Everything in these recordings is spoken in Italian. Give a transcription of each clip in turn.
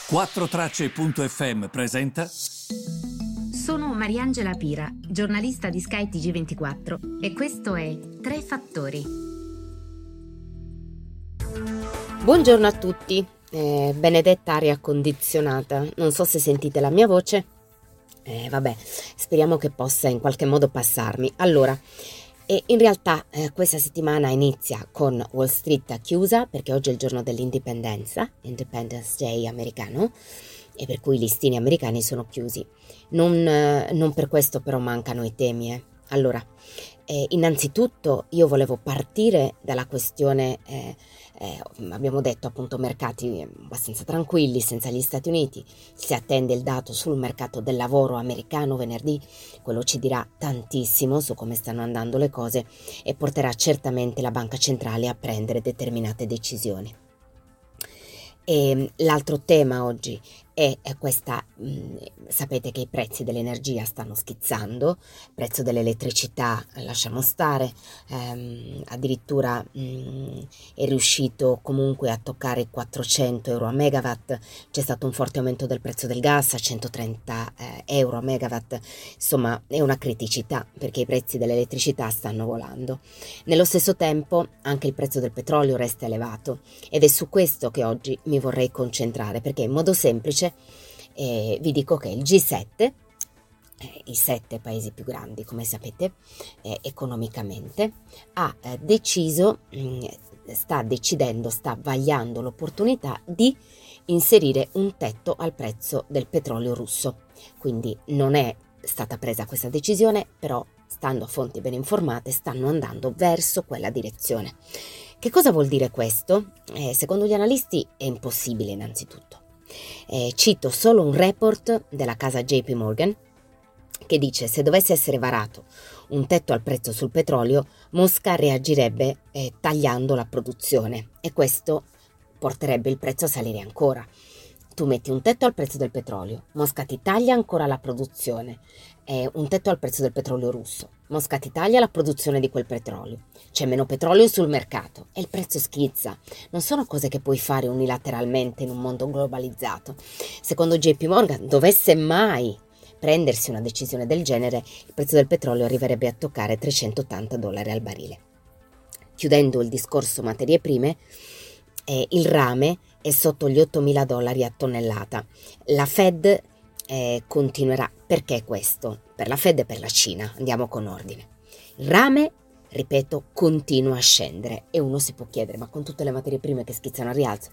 4Tracce.fm presenta. Sono Mariangela Pira, giornalista di Sky TG24 e questo è Tre Fattori. Buongiorno a tutti, benedetta aria condizionata, non so se sentite la mia voce, vabbè, speriamo che possa in qualche modo passarmi. Allora, in realtà questa settimana inizia con Wall Street chiusa perché oggi è il giorno dell'indipendenza, Independence Day americano, e per cui i listini americani sono chiusi. Non per questo però mancano i temi. Allora, innanzitutto io volevo partire dalla questione, abbiamo detto appunto mercati abbastanza tranquilli senza gli Stati Uniti, si attende il dato sul mercato del lavoro americano venerdì, quello ci dirà tantissimo su come stanno andando le cose e porterà certamente la banca centrale a prendere determinate decisioni. E l'altro tema oggi è questa, sapete che i prezzi dell'energia stanno schizzando, il prezzo dell'elettricità lasciamo stare, addirittura è riuscito comunque a toccare i 400 euro a megawatt, c'è stato un forte aumento del prezzo del gas a 130 euro a megawatt, insomma è una criticità perché i prezzi dell'elettricità stanno volando. Nello stesso tempo anche il prezzo del petrolio resta elevato ed è su questo che oggi mi vorrei concentrare perché in modo semplice vi dico che il G7, i 7 paesi più grandi come sapete economicamente, ha deciso, sta vagliando l'opportunità di inserire un tetto al prezzo del petrolio russo. Quindi non è stata presa questa decisione, però stando a fonti ben informate stanno andando verso quella direzione. Che cosa vuol dire questo? Secondo gli analisti è impossibile innanzitutto. Cito solo un report della casa JP Morgan che dice: se dovesse essere varato un tetto al prezzo sul petrolio, Mosca reagirebbe tagliando la produzione e questo porterebbe il prezzo a salire ancora. Tu metti un tetto al prezzo del petrolio, Mosca ti taglia ancora la produzione, un tetto al prezzo del petrolio russo, Mosca ti taglia la produzione di quel petrolio, c'è meno petrolio sul mercato e il prezzo schizza. Non sono cose che puoi fare unilateralmente in un mondo globalizzato. Secondo JP Morgan, dovesse mai prendersi una decisione del genere, il prezzo del petrolio arriverebbe a toccare $380 al barile. Chiudendo il discorso materie prime, il rame è sotto gli $8.000 a tonnellata. La Fed continuerà. Perché questo? Per la Fed e per la Cina. Andiamo con ordine. Il rame, ripeto, continua a scendere e uno si può chiedere: ma con tutte le materie prime che schizzano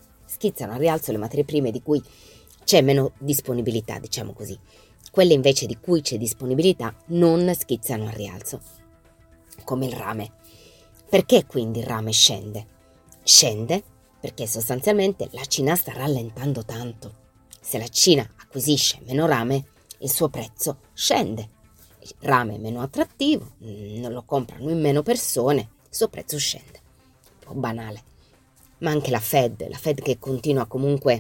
a rialzo le materie prime di cui c'è meno disponibilità, diciamo così. Quelle invece di cui c'è disponibilità non schizzano a rialzo, come il rame. Perché quindi il rame scende? Scende perché sostanzialmente la Cina sta rallentando tanto. Se la Cina acquisisce meno rame, il suo prezzo scende. Il rame è meno attrattivo, non lo comprano in meno persone, il suo prezzo scende. Un po' banale. Ma anche la Fed che continua comunque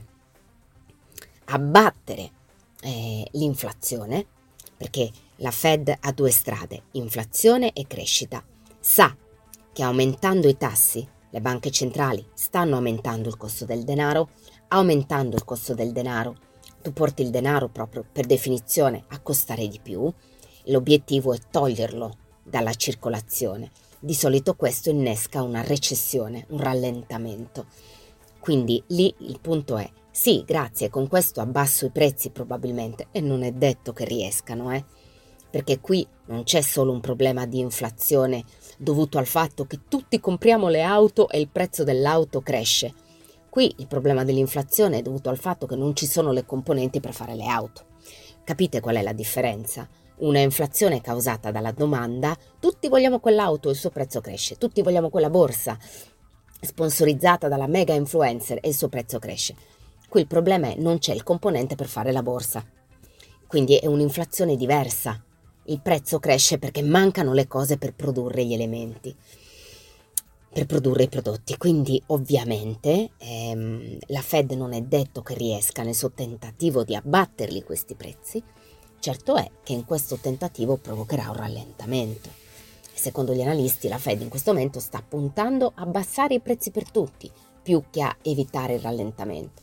a battere l'inflazione, perché la Fed ha due strade, inflazione e crescita. Sa che aumentando i tassi le banche centrali stanno aumentando il costo del denaro, aumentando il costo del denaro, tu porti il denaro proprio per definizione a costare di più, l'obiettivo è toglierlo dalla circolazione. Di solito questo innesca una recessione, un rallentamento. Quindi lì il punto è: sì, grazie, con questo abbasso i prezzi probabilmente, e non è detto che riescano, perché qui non c'è solo un problema di inflazione dovuto al fatto che tutti compriamo le auto e il prezzo dell'auto cresce. Qui il problema dell'inflazione è dovuto al fatto che non ci sono le componenti per fare le auto. Capite qual è la differenza? Una inflazione causata dalla domanda, tutti vogliamo quell'auto e il suo prezzo cresce, tutti vogliamo quella borsa sponsorizzata dalla mega influencer e il suo prezzo cresce. Qui il problema è non c'è il componente per fare la borsa, quindi è un'inflazione diversa. Il prezzo cresce perché mancano le cose per produrre gli elementi, per produrre i prodotti. Quindi ovviamente la Fed non è detto che riesca nel suo tentativo di abbatterli questi prezzi. Certo è che in questo tentativo provocherà un rallentamento. Secondo gli analisti la Fed in questo momento sta puntando a abbassare i prezzi per tutti, più che a evitare il rallentamento.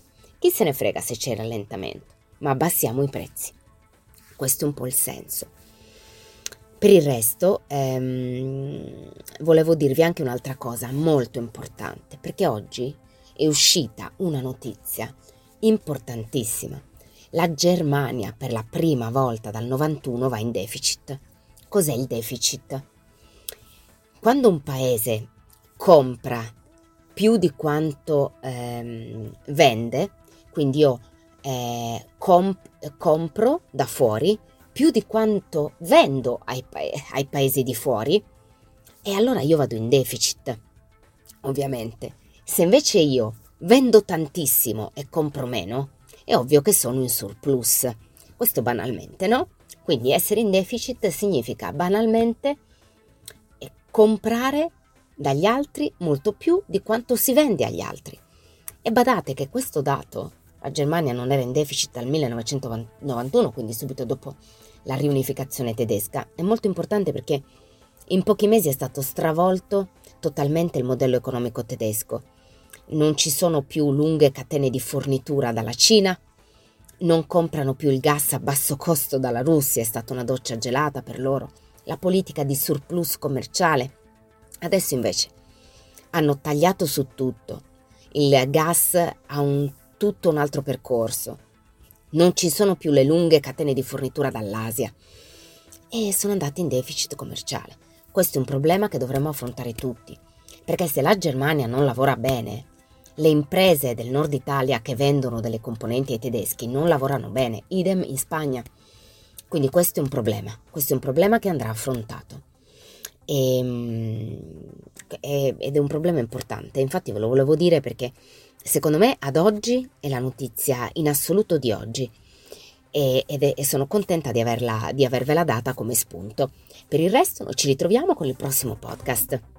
Chi se ne frega se c'è rallentamento, ma abbassiamo i prezzi. Questo è un po' il senso. Per il resto volevo dirvi anche un'altra cosa molto importante, perché oggi è uscita una notizia importantissima. La Germania per la prima volta dal 91 va in deficit. Cos'è il deficit? Quando un paese compra più di quanto vende, quindi io compro da fuori più di quanto vendo ai paesi di fuori, e allora io vado in deficit, ovviamente. Se invece io vendo tantissimo e compro meno, è ovvio che sono in surplus. Questo banalmente, no? Quindi essere in deficit significa banalmente comprare dagli altri molto più di quanto si vende agli altri. E badate che questo dato, la Germania non era in deficit dal 1991, quindi subito dopo la riunificazione tedesca, è molto importante perché in pochi mesi è stato stravolto totalmente il modello economico tedesco. Non ci sono più lunghe catene di fornitura dalla Cina, non comprano più il gas a basso costo dalla Russia, è stata una doccia gelata per loro, la politica di surplus commerciale. Adesso invece hanno tagliato su tutto, il gas ha tutto un altro percorso, non ci sono più le lunghe catene di fornitura dall'Asia e sono andati in deficit commerciale. Questo è un problema che dovremmo affrontare tutti, perché se la Germania non lavora bene, le imprese del nord Italia che vendono delle componenti ai tedeschi non lavorano bene, idem in Spagna. Quindi questo è un problema che andrà affrontato. Ed è un problema importante, infatti ve lo volevo dire perché secondo me ad oggi è la notizia in assoluto di oggi e sono contenta di avervela data come spunto. Per il resto noi ci ritroviamo con il prossimo podcast.